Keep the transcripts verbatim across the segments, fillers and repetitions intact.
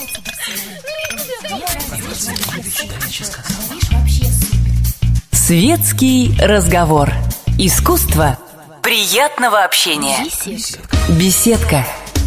Светский разговор. Искусство приятного общения. Беседка.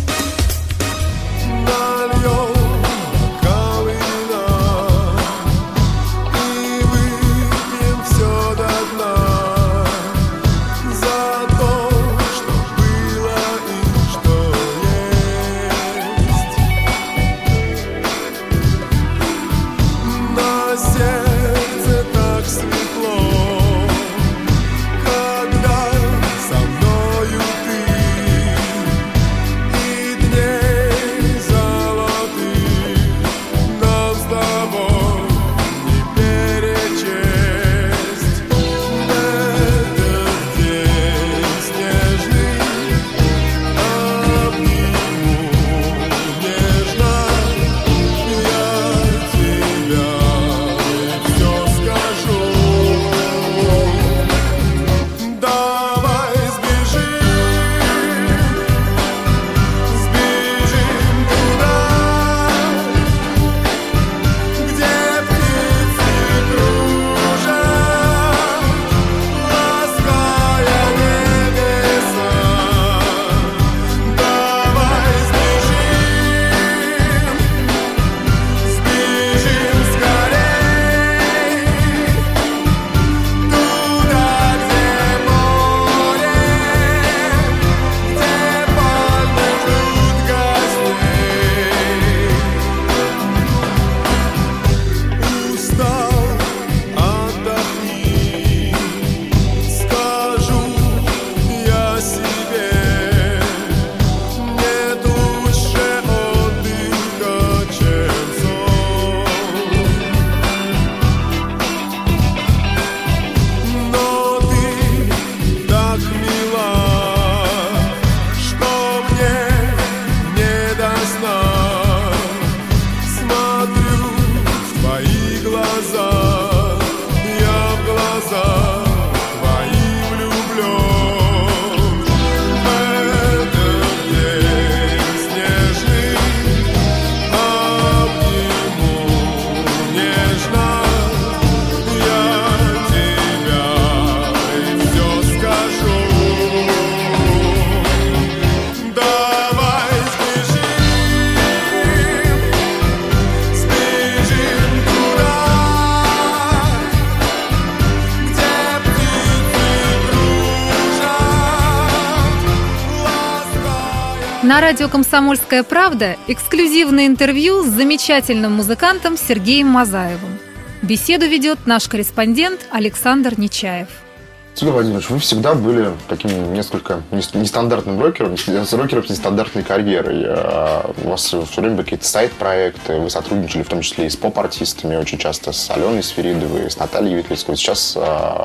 На радио «Комсомольская правда» эксклюзивное интервью с замечательным музыкантом Сергеем Мазаевым. Беседу ведет наш корреспондент Александр Нечаев. Сергей Владимирович, вы всегда были таким несколько нестандартным рокером, рокером с нестандартной карьерой. У вас все время были какие-то сайт-проекты, вы сотрудничали в том числе и с поп-артистами, очень часто с Аленой Сверидовой, с Натальей Ветлицкой, сейчас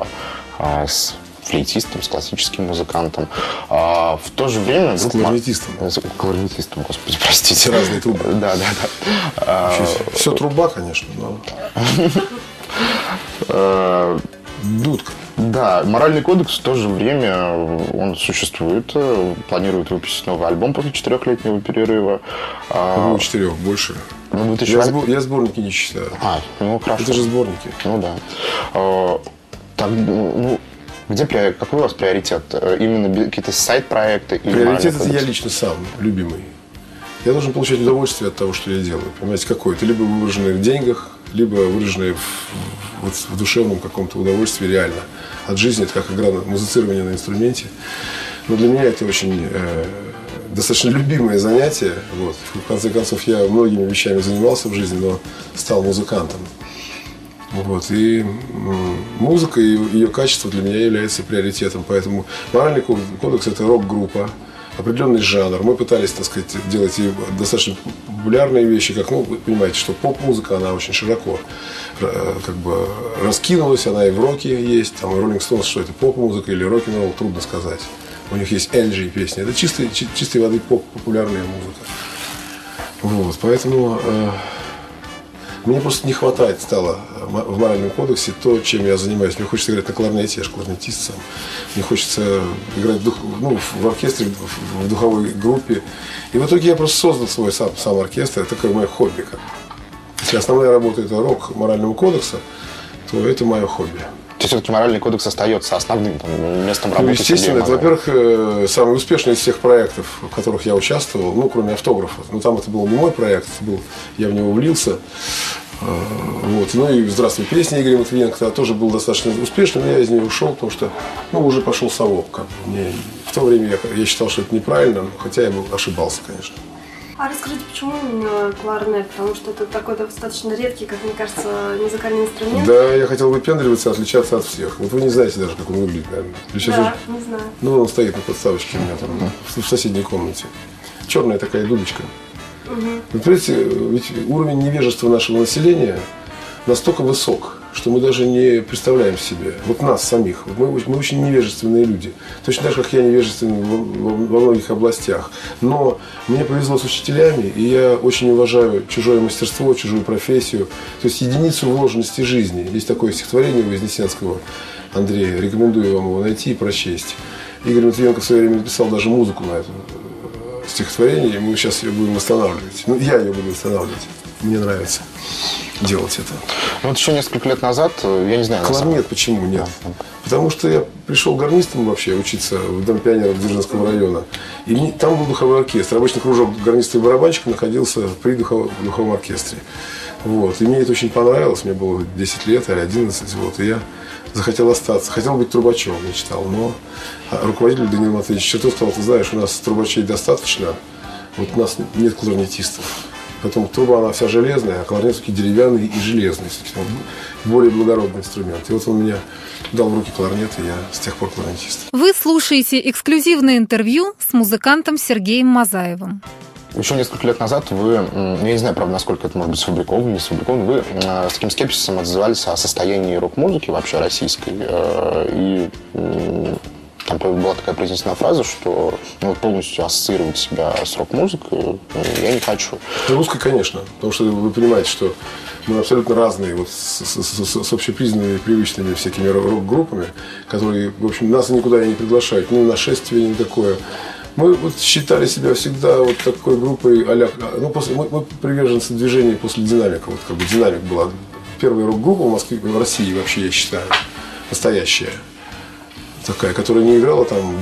с флейтистом, с классическим музыкантом. А в то же время... С кларнетистом. С кларнетистом, господи, простите. Все разные трубы. Да, да, да. Все труба, конечно, но... Дудка. Да, «Моральный кодекс» в то же время он существует, планирует выпустить новый альбом после четырехлетнего перерыва. Какого четырех? Больше? Ну, две тысячи... я, сбор... я сборники не читаю. А, ну хорошо. Это же сборники. Ну да. А, так, ну, где, какой у вас приоритет? Именно какие-то сайт-проекты? Приоритет – это я лично сам, любимый. Я должен получать удовольствие от того, что я делаю. Понимаете, какое-то либо выраженное в деньгах, либо выраженное в, вот, в душевном каком-то удовольствии реально. От жизни это как игра, музицирование на инструменте. Но для меня это очень э, достаточно любимое занятие. Вот. В конце концов, я многими вещами занимался в жизни, но стал музыкантом. Вот. И музыка и ее качество для меня является приоритетом. Поэтому «Моральный кодекс» – это рок-группа, определенный жанр. Мы пытались, так сказать, делать и достаточно популярные вещи, как, ну, вы понимаете, что поп-музыка, она очень широко как бы раскинулась, она и в роке есть, там, и Rolling Stones, что это поп-музыка или рок-н-ролл, трудно сказать. У них есть Элджи песни, это чистой, чистой воды поп-популярная музыка. Вот, поэтому... Мне просто не хватает стало в моральном кодексе то, чем я занимаюсь. Мне хочется играть на кларнете, я же кларнетист сам. Мне хочется играть в, дух, ну, в оркестре, в духовой группе. И в итоге я просто создал свой сам, сам оркестр. Это такое мое хобби. Если основная работа – это рок морального кодекса, то это мое хобби. То есть все-таки моральный кодекс остается основным там, местом работы? Ну, естественно, это, во-первых, самый успешный из всех проектов, в которых я участвовал, ну, кроме автографов. Но там это был не мой проект, это был, я в него влился. Вот. Ну и «Здравствуй, песня» Игоря Матвиенко тоже был достаточно успешным, но я из нее ушел, потому что ну, уже пошел совок. Как бы. Мне, в то время я, я считал, что это неправильно, хотя я был, ошибался, конечно. А расскажите, почему именно кларнет? Потому что это такой достаточно редкий, как мне кажется, музыкальный инструмент. Да, я хотел выпендриваться, отличаться от всех. Вот вы не знаете даже, как он выглядит, наверное. Сейчас да, уже... не знаю. Ну, он стоит на подставочке у меня там, в соседней комнате. Черная такая дудочка. Угу. Вы понимаете, ведь уровень невежества нашего населения настолько высок, что мы даже не представляем себе, вот нас самих, вот мы, мы очень невежественные люди, точно так же, как я невежественный во, во многих областях, но мне повезло с учителями, и я очень уважаю чужое мастерство, чужую профессию, то есть единицу вложенности жизни. Есть такое стихотворение у Вознесенского Андрея, рекомендую вам его найти и прочесть. Игорь Матвиенко в свое время написал даже музыку на это стихотворение, и мы сейчас ее будем восстанавливать. Ну, я ее буду восстанавливать. Мне нравится делать это. Ну, вот еще несколько лет назад, я не знаю... Кларнет почему нет? Да. Потому что я пришел гарнистом вообще учиться в Дом пионеров Дзержинского района. И мне, там был духовой оркестр. Обычно кружок гарниста и барабанщика находился при духовом, духовом оркестре. Вот. И мне это очень понравилось. Мне было десять лет или одиннадцать. Вот. И я захотел остаться. Хотел быть трубачом, мечтал. Но руководитель Даниил Матвеевич Чертов сказал: ты знаешь, у нас трубачей достаточно. Вот у нас нет кларнетистов. Потом труба, она вся железная, а кларнет все-таки деревянный и железный. Более благородный инструмент. И вот он мне дал в руки кларнет, и я с тех пор кларнетист. Вы слушаете эксклюзивное интервью с музыкантом Сергеем Мазаевым. Еще несколько лет назад вы, я не знаю, правда, насколько это может быть сфабриковано, не сфабриковано, вы с таким скепсисом отзывались о состоянии рок-музыки вообще российской. И там была такая произнесена фраза, что ну, полностью ассоциировать себя с рок-музыкой я не хочу. Русской, конечно. Потому что вы понимаете, что мы абсолютно разные вот, с, с, с, с общепризнанными, привычными всякими рок-группами, которые, в общем, нас никуда не приглашают. Ни нашествие, ни такое. Мы вот считали себя всегда вот такой группой а-ля... Ну, после, мы, мы приверженцы движения после «Динамика». Вот как бы «Динамик» была первая рок-группа в Москве, в России вообще, я считаю, настоящая. Такая, которая не играла там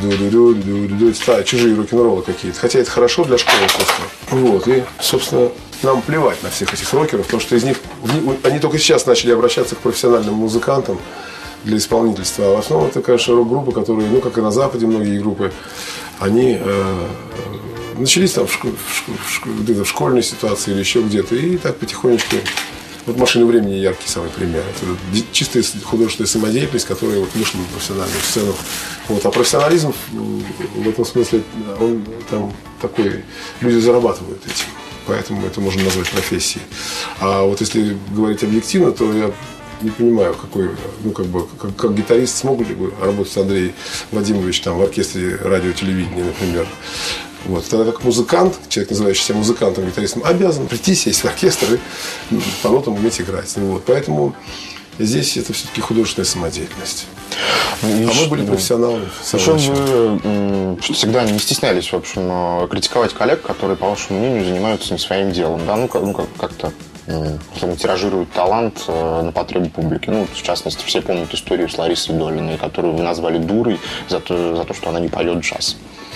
чужие рок-н-роллы какие-то. Хотя это хорошо для школы просто. Вот. И, собственно, нам плевать на всех этих рокеров, потому что из них они только сейчас начали обращаться к профессиональным музыкантам для исполнительства. А в основном это, конечно, рок-группы, которые, ну, как и на Западе многие группы, они э, начались там в, школ, в, школ, в, школ, в школьной ситуации или еще где-то. И так потихонечку. Вот «Машина времени» яркий самый пример. Это чистая художественная самодеятельность, которая вот вышла на профессиональную сцену. Вот. А профессионализм в этом смысле, он там такой, люди зарабатывают этим. Поэтому это можно назвать профессией. А вот если говорить объективно, то я не понимаю, какой, ну, как бы, как, как гитарист смог ли бы работать Андрей Владимирович там в оркестре радио-телевидения, например. Вот. Тогда как музыкант, человек, называющий себя музыкантом, гитаристом, обязан прийти, сесть в оркестр и по нотам уметь играть. Вот. Поэтому здесь это все-таки художественная самодеятельность. Ну, а мы были профессионалами. Причем вы всегда не стеснялись, в общем, критиковать коллег, которые, по вашему мнению, занимаются не своим делом. Да? Ну, ну как-то тиражируют талант на потребу публики. Ну, в частности, все помнят историю с Ларисой Долиной, которую вы назвали дурой за то, за то, что она не поет джаз.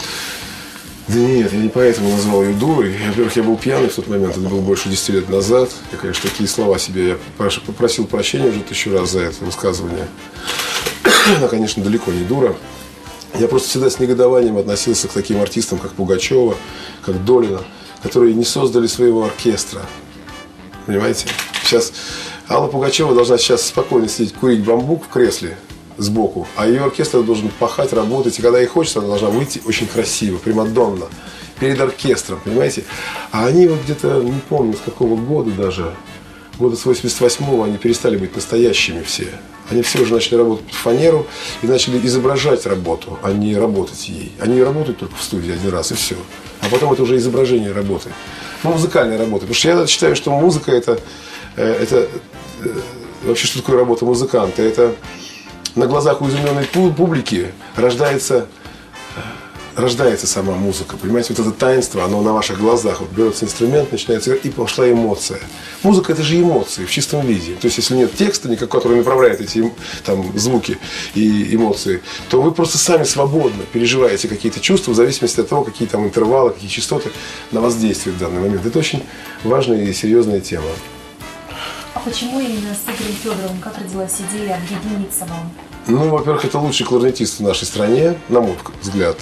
Да нет, я не поэтому назвал ее дурой. Во-первых, я был пьяный в тот момент, это было больше десяти лет назад. Я, конечно, такие слова себе, я попросил прощения уже тысячу раз за это высказывание. Она, конечно, далеко не дура. Я просто всегда с негодованием относился к таким артистам, как Пугачева, как Долина, которые не создали своего оркестра. Понимаете? Сейчас Алла Пугачева должна сейчас спокойно сидеть, курить бамбук в кресле сбоку, а ее оркестр должен пахать, работать, и когда ей хочется, она должна выйти очень красиво, примадонна, перед оркестром, понимаете? А они вот где-то, не помню, с какого года даже, года с восемьдесят восьмого они перестали быть настоящими все. Они все уже начали работать под фанеру и начали изображать работу, а не работать ей. Они работают только в студии один раз, и все. А потом это уже изображение работы. ну, музыкальная работа. Потому что я считаю, что музыка это, это вообще что такое работа музыканта. Это на глазах у изумленной публики рождается, рождается сама музыка. Понимаете, вот это таинство, оно на ваших глазах. Вот берется инструмент, начинается играть, и пошла эмоция. Музыка – это же эмоции в чистом виде. То есть, если нет текста, никакого, который направляет эти там, звуки и эмоции, то вы просто сами свободно переживаете какие-то чувства в зависимости от того, какие там интервалы, какие частоты на вас действуют в данный момент. Это очень важная и серьезная тема. А почему именно с Игорем Федоровым? Как родилась идея объединиться вам? Ну, во-первых, это лучший кларнетист в нашей стране, на мой взгляд.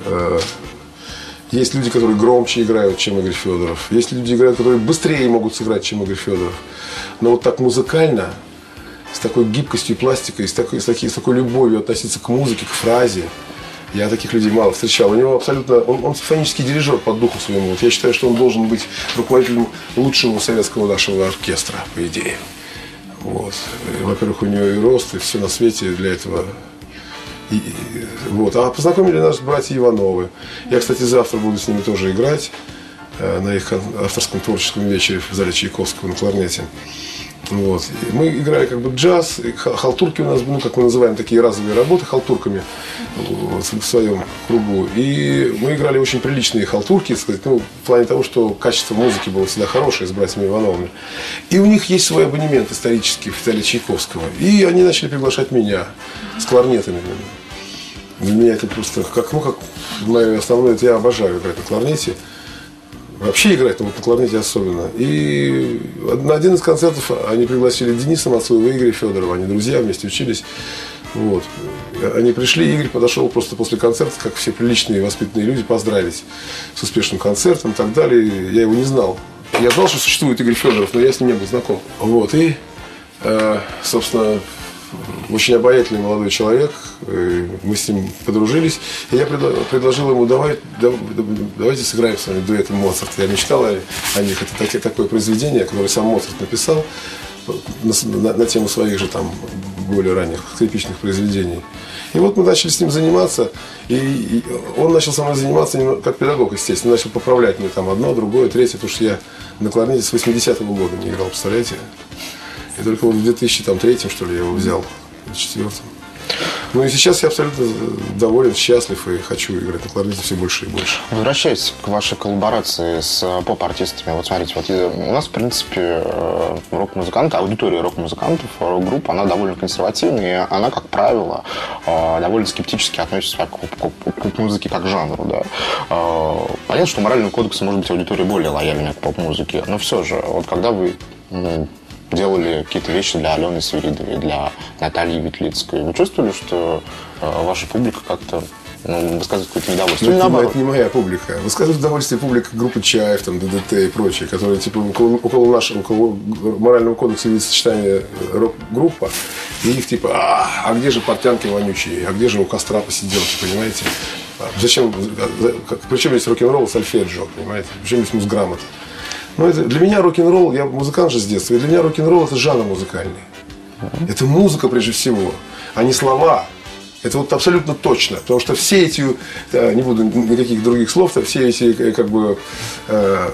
Есть люди, которые громче играют, чем Игорь Федоров. Есть люди, которые быстрее могут сыграть, чем Игорь Федоров. Но вот так музыкально, с такой гибкостью и пластикой, с такой, с такой, с такой любовью относиться к музыке, к фразе, я таких людей мало встречал. У него абсолютно... Он, он симфонический дирижер по духу своему. Вот я считаю, что он должен быть руководителем лучшего советского нашего оркестра, по идее. Вот. Во-первых, у него и рост, и все на свете для этого. И, и, вот. А познакомили нас братья Ивановы. Я, кстати, завтра буду с ними тоже играть э, на их авторском творческом вечере в зале Чайковского на кларнете. Вот. Мы играли как бы джаз, халтурки у нас, ну, как мы называем, такие разовые работы халтурками вот, в своем кругу. И мы играли очень приличные халтурки, сказать, ну, в плане того, что качество музыки было всегда хорошее с братьями Ивановыми. И у них есть свой абонемент исторический в зале Чайковского. И они начали приглашать меня с кларнетами. Для меня это просто как, ну, как мое основное, это я обожаю играть на кларнете. Вообще играть, но вот на кларнете особенно. И на один из концертов они пригласили Дениса Мацуева и Игоря Федорова. Они друзья, вместе учились. Вот. Они пришли, Игорь подошел просто после концерта, как все приличные и воспитанные люди, поздравить с успешным концертом и так далее. Я его не знал. Я знал, что существует Игорь Федоров, но я с ним не был знаком. Вот. И, собственно, очень обаятельный молодой человек. Мы с ним подружились. И я предложил ему, давай, давайте сыграем с вами дуэтом Моцарта. Я мечтал о них. Это такое произведение, которое сам Моцарт написал на, на, на тему своих же там более ранних скрипичных произведений. И вот мы начали с ним заниматься. И, и он начал со мной заниматься как педагог, естественно. Начал поправлять мне там одно, другое, третье. Потому что я на кларнете с восьмидесятого года не играл, представляете? И только вот в две тысячи третьем, что ли, я его взял, в две тысячи четвёртом. Ну и сейчас я абсолютно доволен, счастлив и хочу играть на кларнете все больше и больше. Возвращаясь к вашей коллаборации с поп-артистами, вот смотрите, вот у нас, в принципе, рок-музыканты, аудитория рок-музыкантов, рок-группа, она довольно консервативная, и она, как правило, довольно скептически относится к поп-музыке как к жанру, да. Понятно, что у морального кодекса может быть аудитория более лояльная к поп-музыке, но все же, вот когда вы делали какие-то вещи для Алены Свиридовой, для Натальи Ветлицкой. Вы чувствовали, что э, ваша публика как-то, ну, высказывает какое-то недовольство? Это, это не моя публика. Высказывает удовольствие публика группы Чаев, там, ДДТ и прочие, которые типа около, около нашего, около морального кодекса видят сочетание рок-группа. И их типа, а, а где же портянки вонючие, а где же у костра посиделки, понимаете? Зачем, причем здесь рок-н-ролл с альфеджио, понимаете? Причем здесь музграмота? Ну, это, для меня рок-н-ролл, я музыкант же с детства, и для меня рок-н-ролл это жанр музыкальный. Uh-huh. Это музыка прежде всего, а не слова. Это вот абсолютно точно. Потому что все эти, не буду никаких других слов, все эти как бы э,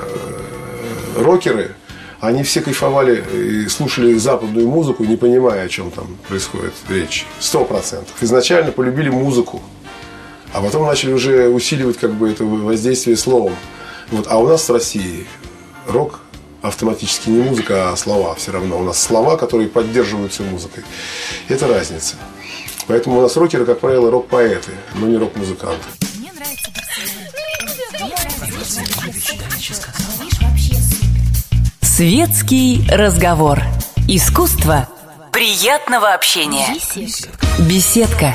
рокеры, они все кайфовали и слушали западную музыку, не понимая, о чем там происходит речь. Сто процентов. Изначально полюбили музыку, а потом начали уже усиливать как бы это воздействие словом. Вот. А у нас в России рок автоматически не музыка, а слова все равно. У нас слова, которые поддерживаются музыкой. Это разница. Поэтому у нас рокеры, как правило, рок-поэты, но не рок-музыканты. Мне нравится. Светский разговор. Искусство приятного общения. Беседка.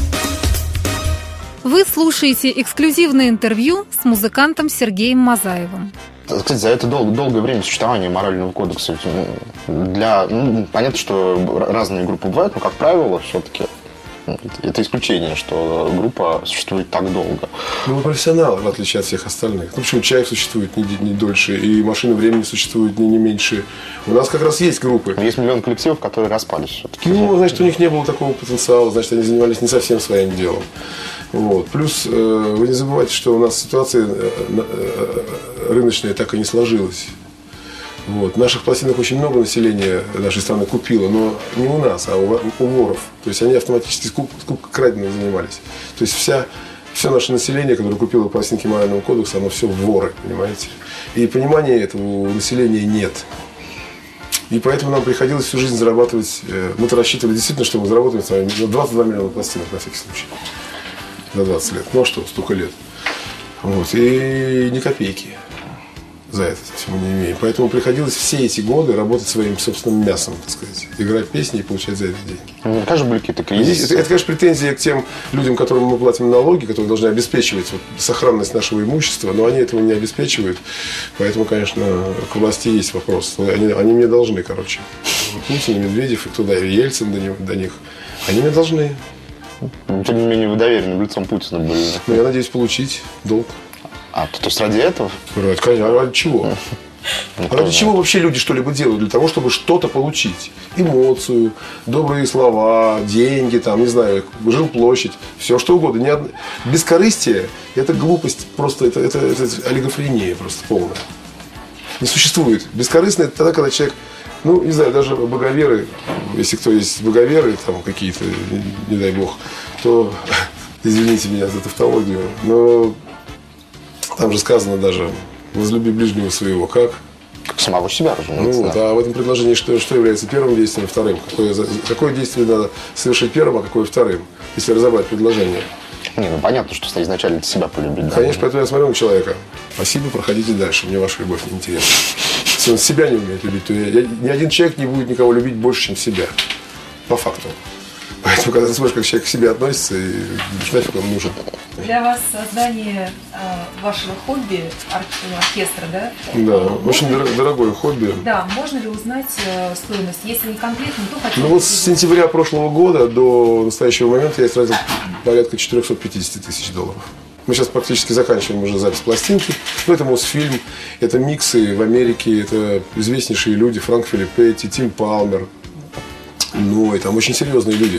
Вы слушаете эксклюзивное интервью с музыкантом Сергеем Мазаевым. Кстати, за это дол- долгое время существования морального кодекса, для, ну, понятно, что разные группы бывают, но, как правило, все-таки Это исключение, что группа существует так долго. Ну, мы профессионалы, в отличие от всех остальных. Ну, почему Чайф существует не, не дольше, и Машина времени существует не, не меньше. У нас как раз есть группы. Но есть миллион коллективов, которые распались все-таки. Ну, значит, у них не было такого потенциала, значит, они занимались не совсем своим делом. Вот. Плюс, э, вы не забывайте, что у нас ситуация э, э, рыночная так и не сложилась. Вот. Наших пластинок очень много населения нашей страны купило, но не у нас, а у, у воров. То есть они автоматически скупкой краденой занимались. То есть вся, все наше население, которое купило пластинки Морального кодекса, оно все воры, понимаете. И понимания этого у населения нет. И поэтому нам приходилось всю жизнь зарабатывать. Мы-то рассчитывали действительно, что мы заработаем с вами двадцать два миллиона пластинок на всякий случай. За двадцать лет. Ну а что, столько лет. Вот. И ни копейки за это совсем мы не имеем. Поэтому приходилось все эти годы работать своим собственным мясом, так сказать. Играть песни и получать за это деньги. Ну, конечно, были какие-то кризисы. Это, это, конечно, претензия к тем людям, которым мы платим налоги, которые должны обеспечивать вот, сохранность нашего имущества, но они этого не обеспечивают. Поэтому, конечно, к власти есть вопрос. Они, они мне должны, короче. Путин, Медведев и туда, и Ельцин до, них, до них. Они мне должны. Но, тем не менее, вы доверенным лицом Путина были. Но я надеюсь получить долг. А, то, то есть ради этого? Ради, конечно, а ради чего? А ради чего вообще люди что-либо делают? Для того, чтобы что-то получить. Эмоцию, добрые слова, деньги, там, не знаю, жилплощадь, все что угодно. Не од... Бескорыстие – это глупость, просто это, это, это олигофрения просто полная. Не существует. Бескорыстно – это тогда, когда человек, ну, не знаю, даже боговеры, если кто есть боговеры, там какие-то, не, не дай бог, то, извините меня за тавтологию, но там же сказано даже «возлюби ближнего своего». Как? Как самого себя, разумеется. Ну, да. да. А в этом предложении что, что является первым действием и вторым? Какое, какое действие надо совершить первым, а какое вторым? Если разобрать предложение. Не, ну понятно, что изначально себя полюбить. Конечно, да. поэтому я смотрю на человека. Спасибо, проходите дальше. Мне ваша любовь не интересна. Если он себя не умеет любить, то я, я, ни один человек не будет никого любить больше, чем себя. По факту. Поэтому, когда ты смотришь, как человек к себе относится, и нафиг он нужен. Для вас создание э, вашего хобби, ор- оркестра, да? Да, очень дор- дорогое хобби. Да, можно ли узнать э, стоимость? Если не конкретно, то хотя бы... Ну вот с сентября прошлого года до настоящего момента я истратил порядка четыреста пятьдесят тысяч долларов. Мы сейчас практически заканчиваем уже запись пластинки. Ну, это Мосфильм, это миксы в Америке, это известнейшие люди, Франк Филиппетти, Тим Палмер. Ну, и там очень серьезные люди.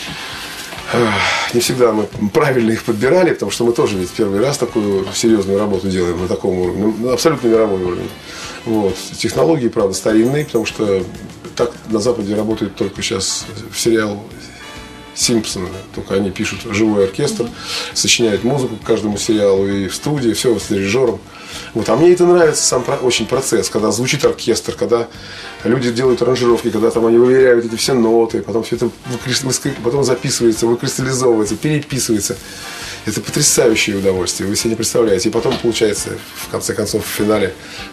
Не всегда мы правильно их подбирали, потому что мы тоже ведь первый раз такую серьезную работу делаем на таком уровне, ну, абсолютно мировой уровень. Вот. Технологии, правда, старинные, потому что так на Западе работает только сейчас сериал «Симпсоны». Только они пишут живой оркестр, сочиняют музыку к каждому сериалу и в студии, все с дирижером. Вот. А мне это нравится сам очень процесс, когда звучит оркестр, когда люди делают аранжировки, когда там они выверяют эти все ноты, потом все это выкри... потом записывается, выкристаллизовывается, переписывается. Это потрясающее удовольствие, вы себе не представляете. И потом получается, в конце концов, в финале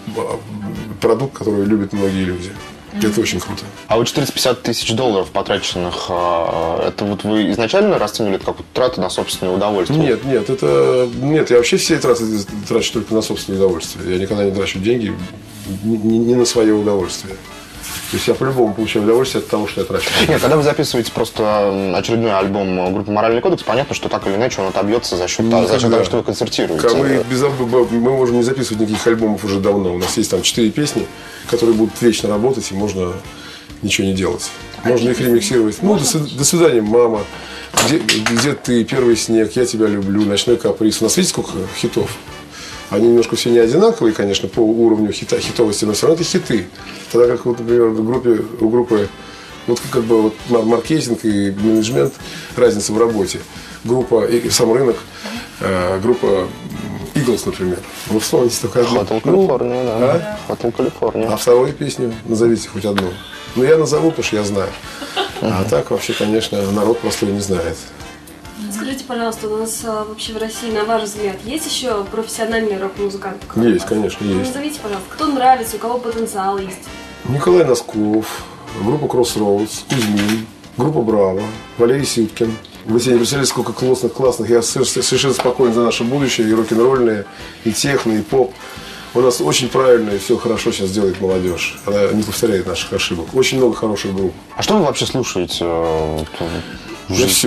продукт, который любят многие люди. Mm-hmm. Это очень круто. А вот четыреста пятьдесят тысяч долларов потраченных, это вот вы изначально расценивали это как траты на собственное удовольствие? Нет, нет, это нет, я вообще все траты трачу только на собственное удовольствие. Я никогда не трачу деньги не, не на свое удовольствие. То есть я по-любому получаю удовольствие от того, что я трачу. Нет, когда вы записываете просто очередной альбом группы «Моральный кодекс», понятно, что так или иначе он отобьется за счет, за счет того, что вы концертируете. Мы, без, мы можем не записывать никаких альбомов уже давно. У нас есть там четыре песни, которые будут вечно работать, и можно ничего не делать. Можно их ремиксировать. Ну, до, до свидания, мама. Где, где ты, первый снег, я тебя люблю, ночной каприз. У нас видите, сколько хитов? Они немножко все не одинаковые, конечно, по уровню хита, хитовости, но все равно это хиты. Тогда как, вот, например, в группе, у группы вот как бы вот маркетинг и менеджмент, разница в работе. Группа и сам рынок, э, группа Eagles, например. Вы вспомните только одну. Hotel California, ну, да. А? Hotel California. А вторую песню назовите хоть одну. Ну, я назову, потому что я знаю. А так вообще, конечно, народ простой не знает. Скажите, пожалуйста, у нас а, вообще в России, на ваш взгляд, есть еще профессиональные рок-музыканты? Есть, конечно, Ну, есть. назовите, пожалуйста, кто нравится, у кого потенциал есть? Николай Носков, группа Crossroads, Кузьмин, группа Браво, Валерий Сюткин. Вы себе не представляете, сколько классных, классных. Я совершенно спокоен за наше будущее, и рок-н-ролльные, и техно, и поп. У нас очень правильно и все хорошо сейчас делает молодежь. Она не повторяет наших ошибок. Очень много хороших групп. А что вы вообще слушаете? Да все.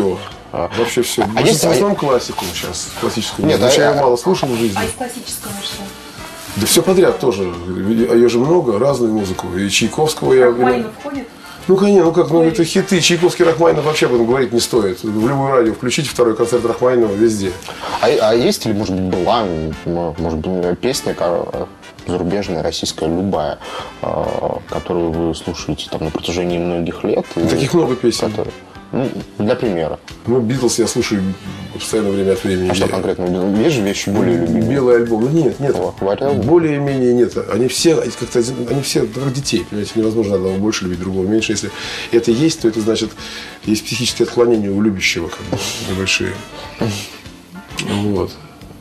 Вообще все. А есть в основном классику сейчас, классическую. Нет, я а, мало слушал в жизни. А из классического что? Да все подряд тоже. Ее же много, разную музыку. И Чайковского я... Рахманинов входит? Ну, конечно, ну как, ну это хиты. Чайковский, Рахманинов вообще об этом говорить не стоит. В любое радио включите второй концерт Рахманинова везде. А, а есть или, может быть, была, может быть, песня зарубежная, российская, любая, которую вы слушаете там на протяжении многих лет? Таких много песен. Которые... Ну, для примера. Ну, Битлз я слушаю постоянно время от времени. А что конкретно? Есть же вещи более любимые? Белый альбом. Ну, нет, нет. Варил? Более-менее нет. Они все как-то, они все как детей, понимаете, невозможно одного больше любить, другого меньше. Если это есть, то это значит, есть психические отклонения у любящего, как бы, небольшие. Вот.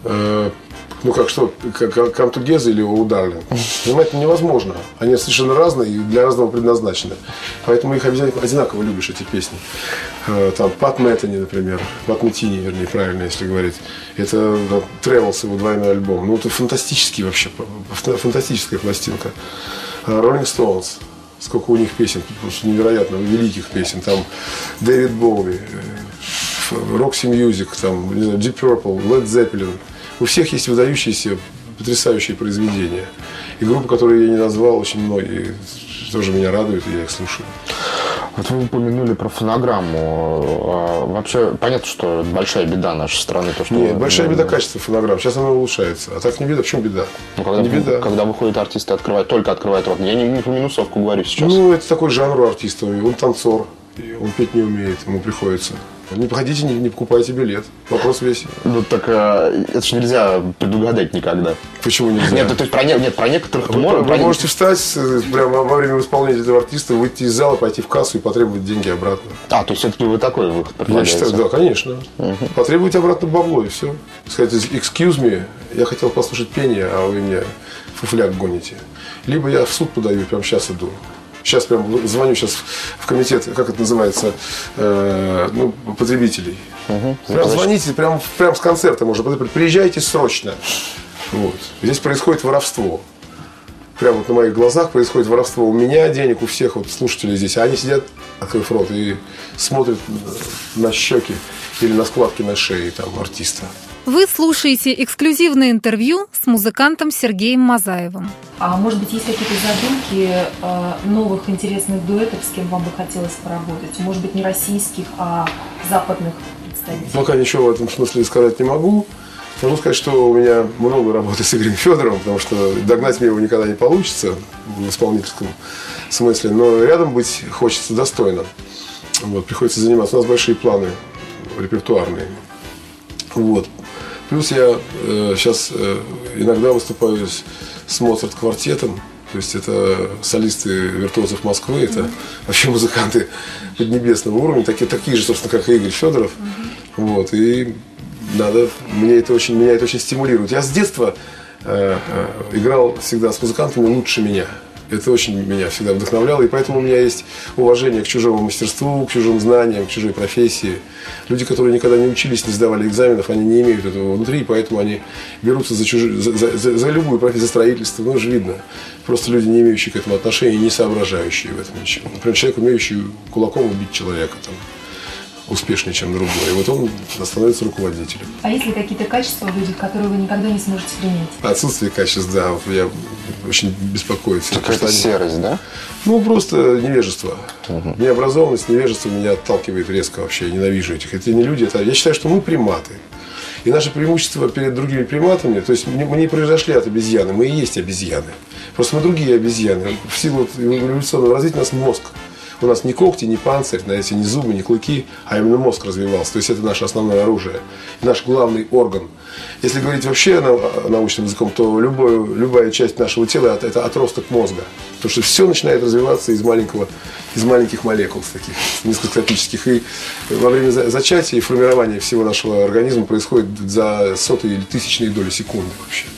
Ну как, что, Come Together или Oh Darling? Понимаете, невозможно. Они совершенно разные и для разного предназначены. Поэтому их обязательно одинаково любишь, эти песни. Там Пат Мэттани, например. Пат Мэттини, вернее, правильно, если говорить. Это да, Travels, его двойной альбом. Ну, это фантастический вообще, фантастическая пластинка. Rolling Stones. Сколько у них песен, просто невероятно, великих песен. Там Дэвид Боуи, Roxy Music, там, Deep Purple, Led Zeppelin. У всех есть выдающиеся, потрясающие произведения. И группы, которые я не назвал, очень многие тоже меня радуют, и я их слушаю. Вот вы упомянули про фонограмму. Вообще, понятно, что большая беда нашей страны. То, что Нет, мы, большая мы, беда качества фонограмм. Сейчас она улучшается. А так не беда. В чем беда? Ну, когда, не беда. Когда выходят артисты, открывают, только открывают рот. Я не, не про минусовку говорю сейчас. Ну, это такой жанр у артиста. Он танцор. Он петь не умеет. Ему приходится. Не походите, не, не покупайте билет. Вопрос весь. Ну так э, это же нельзя предугадать никогда. Почему нельзя? Нет, ну, то есть про, нет, про некоторых вы, можно. Вы про... можете встать прямо во время исполнения этого артиста, выйти из зала, пойти в кассу и потребовать деньги обратно. А, то есть все-таки вы такой выход предлагаете? Я считаю, да, конечно. Угу. Потребуйте обратно бабло и все. Сказать, excuse me, я хотел послушать пение, а вы мне фуфляк гоните. Либо я в суд подаю, прямо сейчас иду. Сейчас прям звоню сейчас в комитет, как это называется, э, ну, потребителей. Угу. Прям звоните, прям, прям с концерта можно. Приезжайте срочно. Вот. Здесь происходит воровство. Прямо вот на моих глазах происходит воровство. У меня денег, у всех вот слушателей здесь. А они сидят, открыв рот, и смотрят на щеки или на складки на шее там, артиста. Вы слушаете эксклюзивное интервью с музыкантом Сергеем Мазаевым. А может быть, есть какие-то задумки э, новых интересных дуэтов, с кем вам бы хотелось поработать? Может быть, не российских, а западных представителей? Пока ничего в этом смысле сказать не могу. Могу сказать, что у меня много работы с Игорем Федоровым, потому что догнать мне его никогда не получится в исполнительском смысле. Но рядом быть хочется достойно. Вот, приходится заниматься. У нас большие планы репертуарные. Вот. Плюс я э, сейчас э, иногда выступаю с, с Моцарт-квартетом. То есть это солисты виртуозов Москвы, это mm-hmm. вообще музыканты поднебесного уровня, такие, такие же, собственно, как и Игорь Федоров. Mm-hmm. Вот, и надо, мне это очень, меня это очень стимулирует. Я с детства э, э, играл всегда с музыкантами лучше меня. Это очень меня всегда вдохновляло, и поэтому у меня есть уважение к чужому мастерству, к чужим знаниям, к чужой профессии. Люди, которые никогда не учились, не сдавали экзаменов, они не имеют этого внутри, поэтому они берутся за, чуж... за, за, за любую профессию, за строительство. Ну, же видно. Просто люди, не имеющие к этому отношения, не соображающие в этом ничего. Например, человек, умеющий кулаком убить человека, там, успешнее, чем другой. И вот он становится руководителем. А есть ли какие-то качества в людях, которые вы никогда не сможете принять? Отсутствие качеств, да. Вот я очень беспокоюсь. Какая-то серость, да? Ну, просто невежество. Угу. Необразованность, невежество меня отталкивает резко вообще. Я ненавижу этих. Это не люди. Это... Я считаю, что мы приматы. И наше преимущество перед другими приматами, то есть мы не произошли от обезьяны, мы и есть обезьяны. Просто мы другие обезьяны. В силу эволюционного развития у нас мозг. У нас ни когти, ни панцирь, знаете, ни зубы, ни клыки, а именно мозг развивался. То есть это наше основное оружие, наш главный орган. Если говорить вообще научным языком, то любое, любая часть нашего тела – это отросток мозга. Потому что все начинает развиваться из, маленького, из маленьких молекул, таких микроскопических. И во время зачатия и формирования всего нашего организма происходит за сотые или тысячные доли секунды вообще.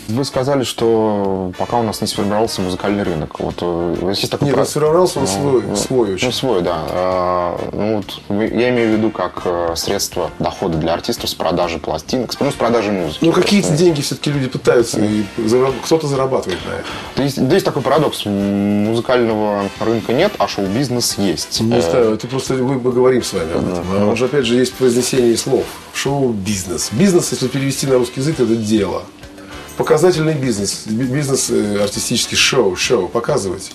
Вы сказали, что пока у нас не сформировался музыкальный рынок. Вот, есть такой Нет, про... он сформировался, он ну, свой, ну, свой очень. Ну, свой, да. А, ну, вот, я имею в виду как средство дохода для артистов с продажи пластинок, ну, с продажи музыки. Ну, какие-то деньги все-таки люди пытаются, и кто-то зарабатывает на это. То есть, да, есть такой парадокс. Музыкального рынка нет, а шоу-бизнес есть. Не знаю, это просто мы поговорим с вами об этом. А он же, опять же, есть произнесение слов. Шоу-бизнес. Бизнес, если перевести на русский язык, это дело. Показательный бизнес. Бизнес артистический, шоу, шоу, показывать.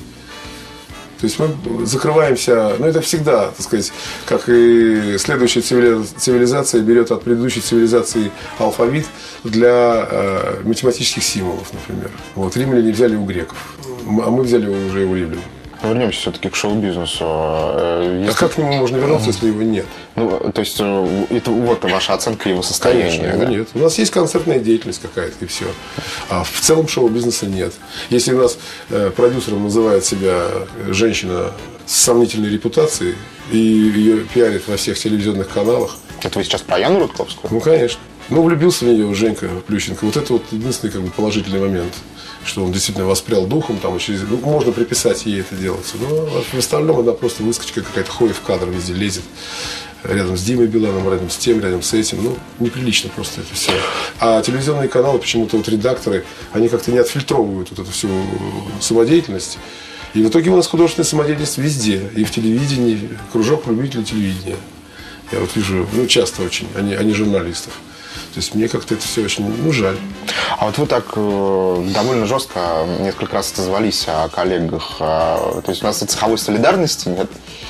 То есть мы закрываемся, ну это всегда, так сказать, как и следующая цивилизация берет от предыдущей цивилизации алфавит для э, математических символов, например. Вот, римляне взяли у греков, а мы взяли уже у римлян. Вернемся все-таки к шоу-бизнесу. Если... А как к нему можно вернуться, если его нет? Ну, то есть, это вот ваша оценка его состояния. Конечно, его да? нет. У нас есть концертная деятельность какая-то, и все. А в целом шоу-бизнеса нет. Если у нас э, продюсером называет себя женщина с сомнительной репутацией и ее пиарит во всех телевизионных каналах. Это вы сейчас про Яну Рудковскую? Ну, конечно. Ну, влюбился в нее Женька Плющенко. Вот это вот единственный как бы, положительный момент. Что он действительно воспрял духом, там, через... ну, можно приписать ей это делаться. Но в остальном она просто выскочка какая-то, ходит в кадр, везде лезет. Рядом с Димой Биланом, рядом с тем, рядом с этим. Ну, неприлично просто это все. А телевизионные каналы, почему-то вот редакторы, они как-то не отфильтровывают вот эту всю самодеятельность. И в итоге у нас художественная самодеятельность везде. И в телевидении, кружок любителей телевидения. Я вот вижу, ну, часто очень, а не, а не журналистов. То есть мне как-то это все очень, ну, жаль. А вот вы так э, довольно жестко несколько раз отозвались о коллегах. А, то есть у нас цеховой солидарности нет?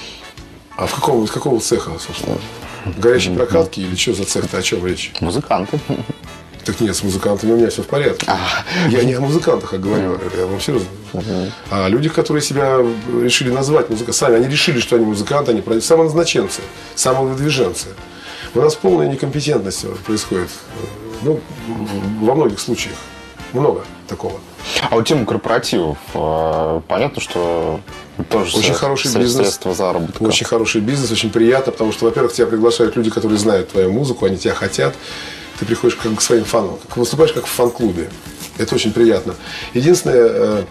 А в какого, из какого цеха, собственно? Горячей прокатки или что за цех-то, о чем речь? Музыканты. Так нет, с музыкантами у меня все в порядке. А. Я не о музыкантах, а говорю, я вам серьезно. Uh-huh. А люди, которые себя решили назвать музыкантами, сами, они решили, что они музыканты, они самоназначенцы, самовыдвиженцы. У нас полная некомпетентность происходит, ну, во многих случаях. Много такого. А вот тему корпоративов, понятно, что тоже очень хороший бизнес, средства заработка. Очень хороший бизнес, очень приятно, потому что, во-первых, тебя приглашают люди, которые знают твою музыку, они тебя хотят. Ты приходишь как к своим фанам, как выступаешь как в фан-клубе. Это очень приятно. Единственное,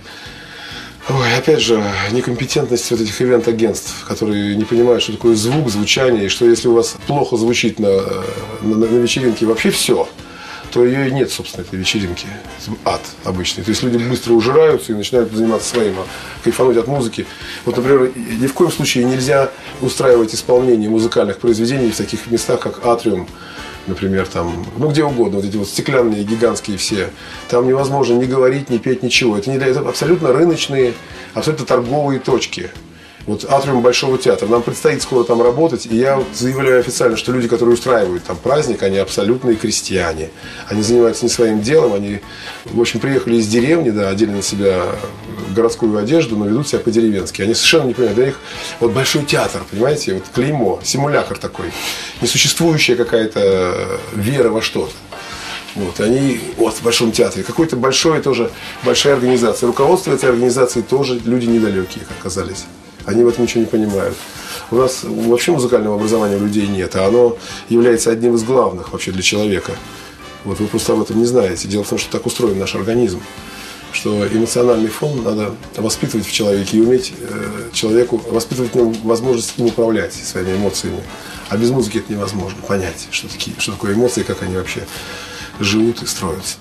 ой, опять же, некомпетентность вот этих ивент-агентств, которые не понимают, что такое звук, звучание, и что если у вас плохо звучит на, на, на вечеринке вообще все, то ее и нет, собственно, этой вечеринки. Ад обычный. То есть люди быстро ужираются и начинают заниматься своим, кайфануть от музыки. Вот, например, ни в коем случае нельзя устраивать исполнение музыкальных произведений в таких местах, как Атриум, например, там, ну где угодно, вот эти вот стеклянные, гигантские все. Там невозможно ни говорить, ни петь, ничего. Это, не для, это абсолютно рыночные, абсолютно торговые точки. Вот Атриум Большого театра. Нам предстоит скоро там работать, и я заявляю официально, что люди, которые устраивают там праздник, они абсолютные крестьяне. Они занимаются не своим делом, они, в общем, приехали из деревни, да, одели на себя городскую одежду, но ведут себя по-деревенски. Они совершенно не понимают. Для них вот Большой театр, понимаете, вот клеймо, симулятор такой, несуществующая какая-то вера во что-то. Вот, они вот, в Большом театре. Какой-то большой тоже, большая организация. Руководство этой организации тоже люди недалекие оказались. Они в этом ничего не понимают. У нас вообще музыкального образования у людей нет, а оно является одним из главных вообще для человека. Вот вы просто об этом не знаете. Дело в том, что так устроен наш организм, что эмоциональный фон надо воспитывать в человеке и уметь э, человеку, воспитывать в нем возможность им управлять своими эмоциями. А без музыки это невозможно понять, что, такие, что такое эмоции, как они вообще живут и строятся.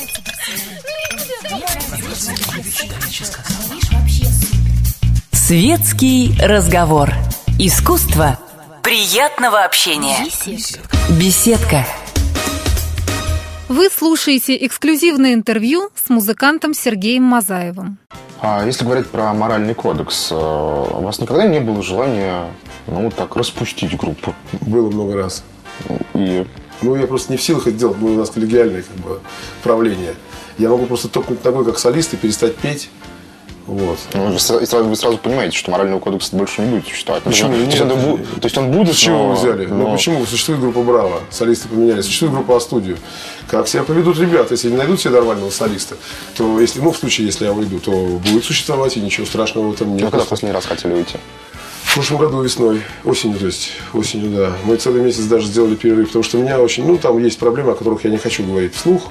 Светский разговор. Искусство приятного общения. Беседка. Вы слушаете эксклюзивное интервью с музыкантом Сергеем Мазаевым. А если говорить про моральный кодекс, у вас никогда не было желания, ну, вот так распустить группу? Было много раз. И... Ну, я просто не в силах это делать, у нас коллегиальное как бы правление. Я могу просто топнуть ногой как солист и перестать петь. Вот. Ну, вы, сразу, вы сразу понимаете, что морального кодекса больше не будете существовать. Почему? То есть, он, то есть он будет, с чего но... вы взяли? Но... Ну почему? Существует группа «Браво», солисты поменялись, существует группа «А-студио». Как себя поведут ребята, если не найдут себе нормального солиста, то, если, ну, в случае, если я уйду, то будет существовать, и ничего страшного в этом нет. А когда в последний раз хотели уйти? В прошлом году весной, осенью, то есть, осенью, да. Мы целый месяц даже сделали перерыв, потому что у меня очень, ну, там есть проблемы, о которых я не хочу говорить вслух.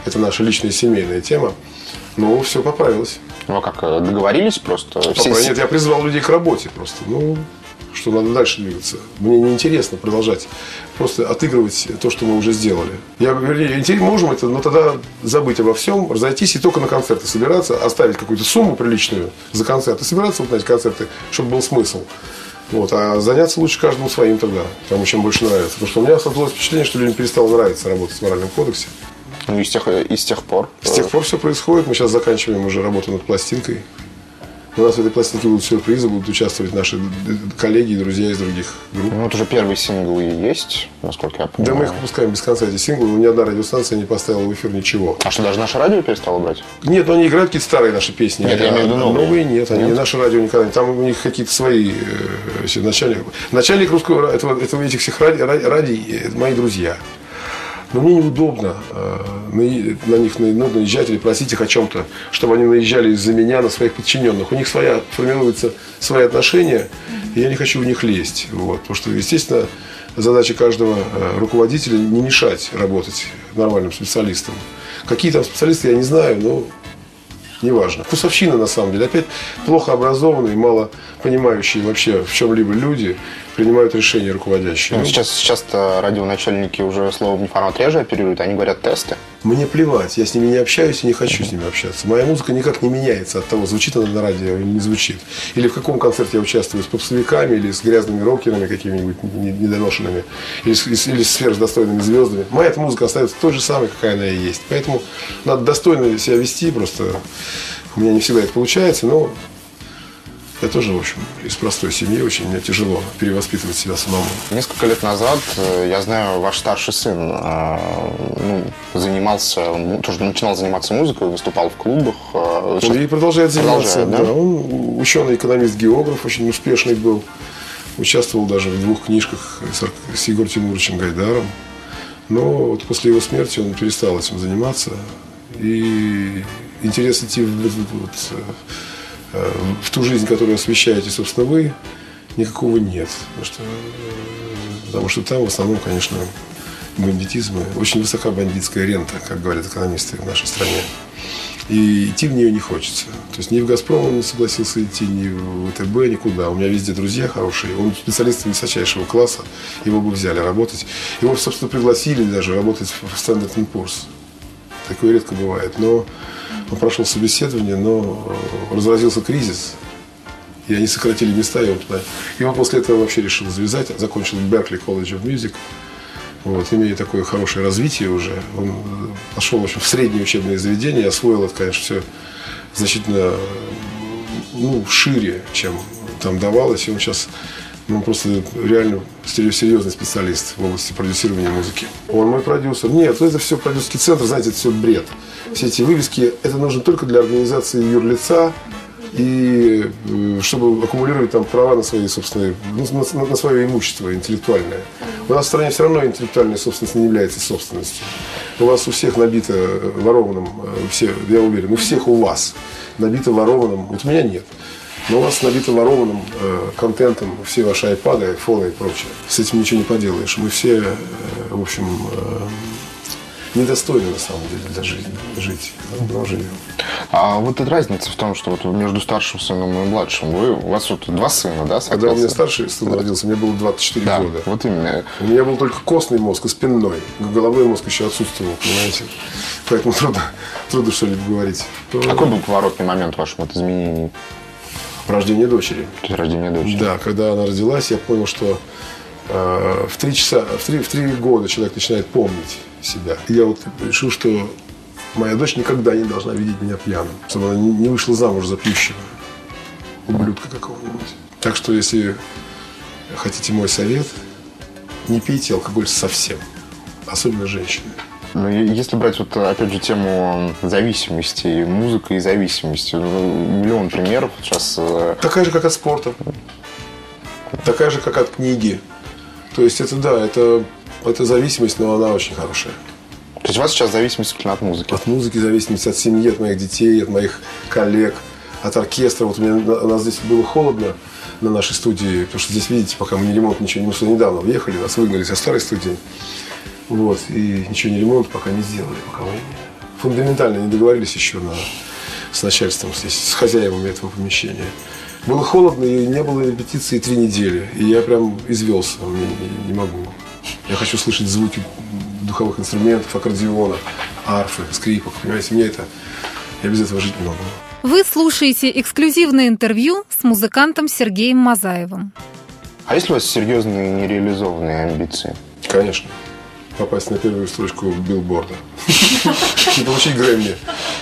Это наша личная семейная тема. Но все поправилось. Ну, а как, договорились просто? Все... Нет, я призвал людей к работе просто. Ну, что надо дальше двигаться. Мне неинтересно продолжать просто отыгрывать то, что мы уже сделали. Я говорю, можем это, но тогда забыть обо всем, разойтись и только на концерты собираться, оставить какую-то сумму приличную за концерты, собираться вот на эти концерты, чтобы был смысл. Вот, а заняться лучше каждому своим тогда, кому чем больше нравится. Потому что у меня создалось впечатление, что людям перестало нравиться работать в моральном кодексе. Ну и с тех, и с тех пор? С тех пор все происходит. Мы сейчас заканчиваем уже работу над пластинкой. У нас в этой пластинке будут сюрпризы, будут участвовать наши коллеги и друзья из других групп. Ну, вот уже первый сингл и есть, насколько я понимаю. Да, мы их выпускаем без конца, эти синглы, но ни одна радиостанция не поставила в эфир ничего. А что, даже наше радио перестало брать? Нет, но они играют какие-то старые наши песни. Нет, я имею в виду новые. Новые нет, они, нет? Наше радио никогда не. Там у них какие-то свои э, начальник. Начальник русского этого, этого этих всех ради, ради это мои друзья. Но мне неудобно э, на, на них ну, наезжать или просить их о чем-то, чтобы они наезжали из-за меня на своих подчиненных. У них своя, формируются свои отношения, и я не хочу в них лезть. Вот. Потому что, естественно, задача каждого э, руководителя не мешать работать нормальным специалистам. Какие там специалисты, я не знаю, но неважно. Вкусовщина, на самом деле. Опять плохо образованные, мало понимающие вообще в чем-либо люди принимают решения руководящие. Ну, сейчас, сейчас-то радионачальники уже словом не формат реже оперируют, они говорят тесты. Мне плевать, я с ними не общаюсь и не хочу с ними общаться. Моя музыка никак не меняется от того, звучит она на радио или не звучит. Или в каком концерте я участвую, с попсовиками или с грязными рокерами какими-нибудь недоношенными, или с, или с сверхдостойными звездами. Моя музыка остается той же самой, какая она и есть. Поэтому надо достойно себя вести, просто у меня не всегда это получается, но я тоже, в общем, из простой семьи, очень мне тяжело перевоспитывать себя самому. Несколько лет назад, я знаю, ваш старший сын ну, занимался, тоже начинал заниматься музыкой, выступал в клубах. Он и продолжает заниматься. Продолжает, да? Да, он ученый, экономист, географ, очень успешный был. Участвовал даже в двух книжках с Егором Тимуровичем Гайдаром. Но вот после его смерти он перестал этим заниматься. И интерес идти в, вот, в ту жизнь, которую освещаете, собственно, вы, никакого нет. Потому что, потому что там в основном, конечно, бандитизм, очень высока бандитская рента, как говорят экономисты в нашей стране. И идти в нее не хочется. То есть ни в «Газпром» он не согласился идти, ни в ВТБ, никуда. У меня везде друзья хорошие. Он специалист высочайшего класса. Его бы взяли работать. Его, собственно, пригласили даже работать в Standard энд Poor's. Такое редко бывает. Но он прошел собеседование, но разразился кризис. И они сократили места, и он туда. И он после этого вообще решил завязать. Закончил Berklee College of Music. Вот, имея такое хорошее развитие уже, он пошел в, общем, в среднее учебное заведение, освоил это, конечно, все значительно ну, шире, чем там давалось. И он сейчас ну, просто реально серьезный специалист в области продюсирования музыки. Он мой продюсер. Нет, это все продюсерский центр, знаете, это все бред. Все эти вывески, это нужно только для организации юрлица и чтобы аккумулировать там права на свои собственные, на, на свое имущество интеллектуальное. У нас в стране все равно интеллектуальная собственность не является собственностью. У вас у всех набито ворованным, все, я уверен, у всех у вас набито ворованным, вот у меня нет. Но у вас набито ворованным э, контентом все ваши айпады, айфоны и прочее. С этим ничего не поделаешь. Мы все, э, в общем, э, недостойны на самом деле для жизни жить, но живем. А вот эта разница в том, что вот между старшим сыном и младшим, вы, у вас вот два сына, да? Когда у меня старший сын родился, мне было двадцать четыре да, года. Вот именно. У меня был только костный мозг и спинной. Головной мозг еще отсутствовал, понимаете? Поэтому трудно, трудно что-либо говорить. Какой был поворотный момент в вашем вот изменении? Рождение дочери. Рождение дочери. Да, когда она родилась, я понял, что э, в три часа, в три, в три года человек начинает помнить себя. И я вот решил, что моя дочь никогда не должна видеть меня пьяным, чтобы она не вышла замуж за пьющего ублюдка какого-нибудь. Так что, если хотите мой совет, не пейте алкоголь совсем, особенно женщины. Ну, если брать, вот, опять же, тему зависимости, музыка и зависимости, миллион примеров сейчас. Такая же, как от спорта. Такая же, как от книги. То есть, это да, это, это зависимость, но она очень хорошая. То есть, у вас сейчас зависимость от музыки? От музыки зависимость, от семьи, от моих детей, от моих коллег, от оркестра. Вот у меня, у нас здесь было холодно на нашей студии, потому что здесь, видите, пока мы не ремонт, ничего не... Мы что недавно въехали, нас выгнали со старой студии. Вот, и ничего не ремонт пока не сделали, пока мы фундаментально не договорились еще на, с начальством, здесь, с хозяевами этого помещения. Было холодно, и не было репетиции три недели. И я прям извелся, не, не, не могу. Я хочу слышать звуки духовых инструментов, аккордеона, арфы, скрипок. Понимаете, мне это... Я без этого жить не могу. Вы слушаете эксклюзивное интервью с музыкантом Сергеем Мазаевым. А есть ли у вас серьезные нереализованные амбиции? Конечно. Попасть на первую строчку билборда. И получить Грэмми.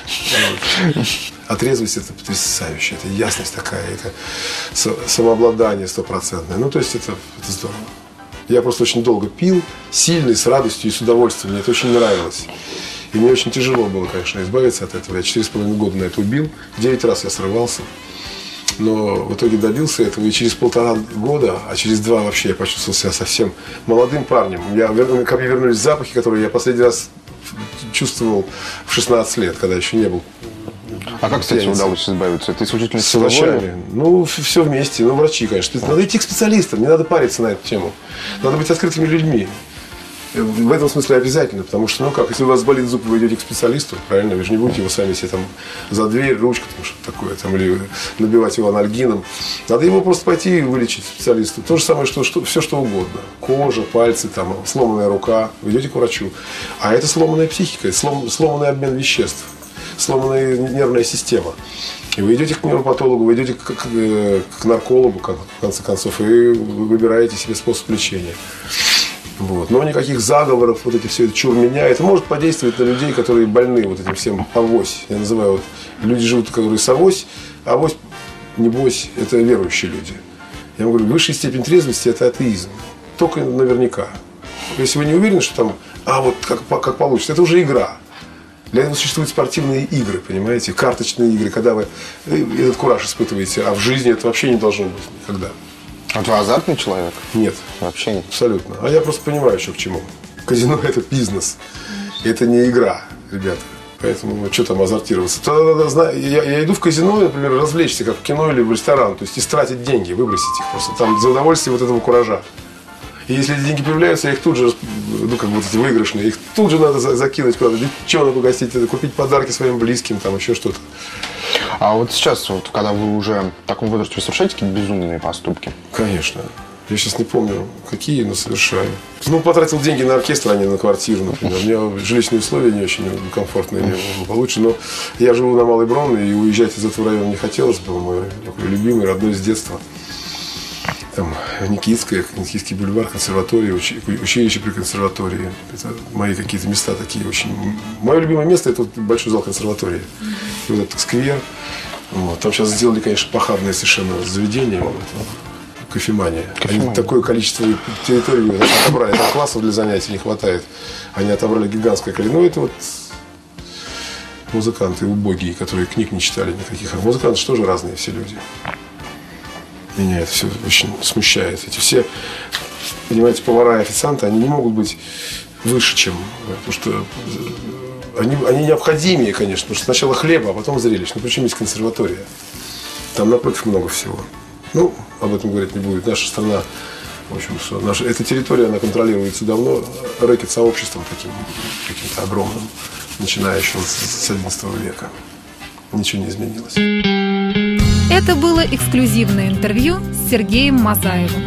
А трезвость — это потрясающе. Это ясность такая. Это самообладание стопроцентное. Ну, то есть это, это здорово. Я просто очень долго пил, сильно, с радостью и с удовольствием. Мне это очень нравилось. И мне очень тяжело было, конечно, избавиться от этого. Я четыре с половиной года на это убил. Девять раз я срывался. Но в итоге добился этого. И через полтора года, а через два вообще я почувствовал себя совсем молодым парнем. Я, ко мне вернулись запахи, которые я последний раз чувствовал в шестнадцать лет, когда еще не был. А как, кстати, удалось избавиться? Это исключительно с врачами? Ну, все вместе. Ну, врачи, конечно. Надо идти к специалистам, не надо париться на эту тему. Надо быть открытыми людьми. В этом смысле обязательно, потому что, ну как, если у вас болит зуб, вы идете к специалисту, правильно, вы же не будете его сами себе там за дверь, ручку, там, что-то такое, там, или набивать его анальгином. Надо его просто пойти и вылечить специалисту. То же самое, что, что все что угодно. Кожа, пальцы, там, сломанная рука, вы идете к врачу. А это сломанная психика, слом, сломанный обмен веществ, сломанная нервная система. И вы идете к невропатологу, вы идете к, к, к наркологу, в конце концов, и вы выбираете себе способ лечения. Вот. Но никаких заговоров, вот эти все это чур меня, это может подействовать на людей, которые больны вот этим всем авось. Я называю, вот, люди живут, которые с авось, а авось, небось, это верующие люди. Я вам говорю, высшая степень трезвости – это атеизм. Только наверняка. Если вы не уверены, что там, а вот как, как получится, это уже игра. Для этого существуют спортивные игры, понимаете, карточные игры, когда вы этот кураж испытываете, а в жизни это вообще не должно быть никогда. А вы азартный человек? Нет. Вообще нет? Абсолютно. А я просто понимаю, что к чему. Казино – это бизнес. Это не игра, ребята. Поэтому что там азартироваться? Я, я иду в казино, например, развлечься, как в кино или в ресторан. То есть истратить деньги, выбросить их просто. Там за удовольствие вот этого куража. И если эти деньги появляются, я их тут же, ну как бы вот эти выигрышные, их тут же надо закинуть куда-то, девчонок угостить, купить подарки своим близким, там еще что-то. А вот сейчас, вот, когда вы уже в таком возрасте, вы совершаете какие-то безумные поступки? Конечно. Я сейчас не помню, какие, но совершаю. Ну, потратил деньги на оркестр, а не на квартиру, например. У меня жилищные условия не очень комфортные, мне было получше. Но я живу на Малой Бронной, и уезжать из этого района не хотелось. Был мой такой любимый, родной с детства. Там Никитская, Никитский бульвар, консерватория, учи, училище при консерватории. Это мои какие-то места такие очень... Мое любимое место – это вот большой зал консерватории. И вот этот сквер. Вот. Там сейчас сделали, конечно, похабное совершенно заведение. Вот. Кофемания. Кофемания. Они такое количество территорий отобрали. Там классов для занятий не хватает. Они отобрали гигантское количество. Ну, это вот музыканты убогие, которые книг не читали никаких. А музыканты же тоже разные все люди. Меня это все очень смущает. Эти все, понимаете, повара и официанты, они не могут быть выше, чем... Потому что они, они необходимее, конечно. Потому что сначала хлеба, а потом зрелищ. Но причем есть консерватория. Там напротив много всего. Ну, об этом говорить не будет. Наша страна, в общем, что наша, эта территория, она контролируется давно рэкет-сообществом таким каким-то огромным, начинающим с одиннадцатого века. Ничего не изменилось. Это было эксклюзивное интервью с Сергеем Мазаевым.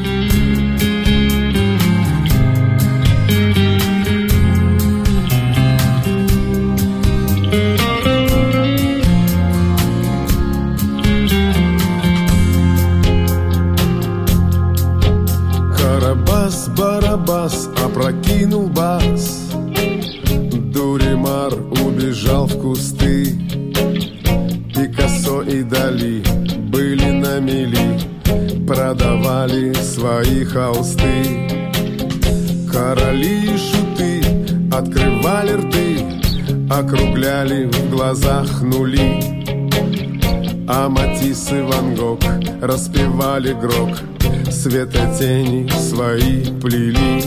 Карабас-барабас опрокинул бас, Дуримар убежал в кусты. Пикассо и Дали были на мели, продавали свои холсты. Короли и шуты открывали рты, округляли в глазах нули. А Матисс и Ван Гог распевали грок, светотени свои плели.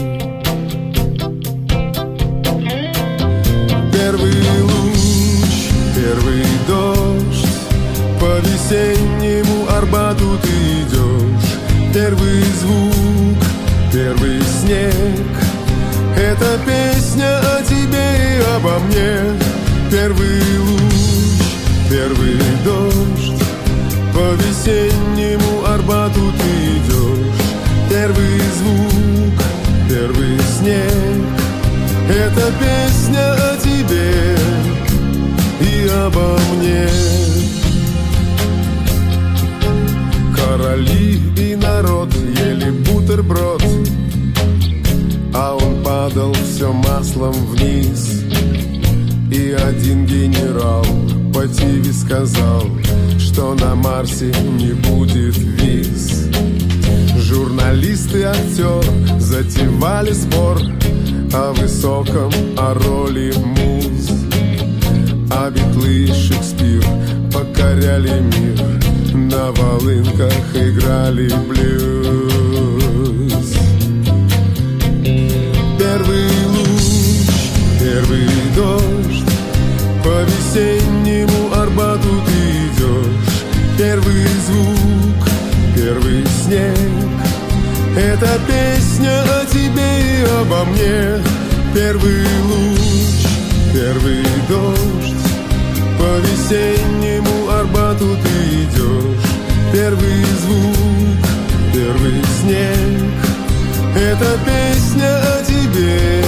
Первый луч, первый дождь, по весеннему Арбату ты идешь. Первый звук, первый снег, это песня о тебе и обо мне. Первый луч, первый дождь, по весеннему Арбату ты идешь. Первый звук, первый снег, это песня о тебе и обо мне. Короли и народ ели бутерброд, а он падал все маслом вниз. И один генерал по ТВ сказал, что на Марсе не будет виз. Журналист и актер затевали спор о высоком, о роли муз. А Битлы и Шекспир покоряли мир, на волынках играли блюз. Первый луч, первый дождь, по весеннему Арбату ты идешь. Первый звук, первый снег, это песня о тебе и обо мне. Первый луч, первый дождь, по весеннему Арбату ты идешь. Первый звук, первый снег, это песня о тебе.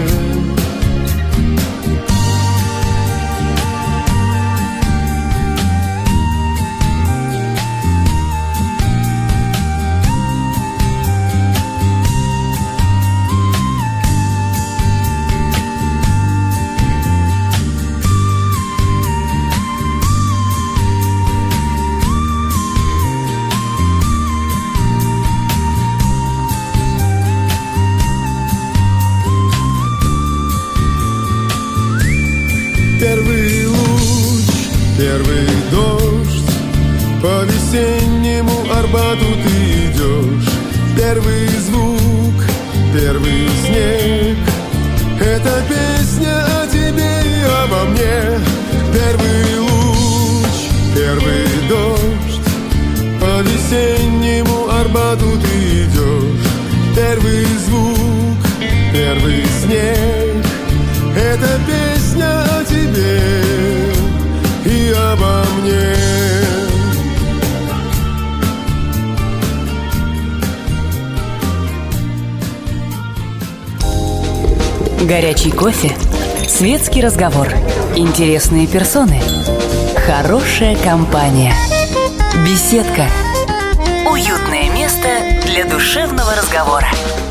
Первый луч, первый дождь, по весеннему Арбату ты идешь. Первый звук, первый снег, это песня о тебе и обо мне. Первый луч, первый дождь, по весеннему Арбату ты идешь. Первый звук, первый снег, это песня о тебе и обо мне. Горячий кофе, светский разговор, интересные персоны, хорошая компания. Беседка. Уютное место для душевного разговора.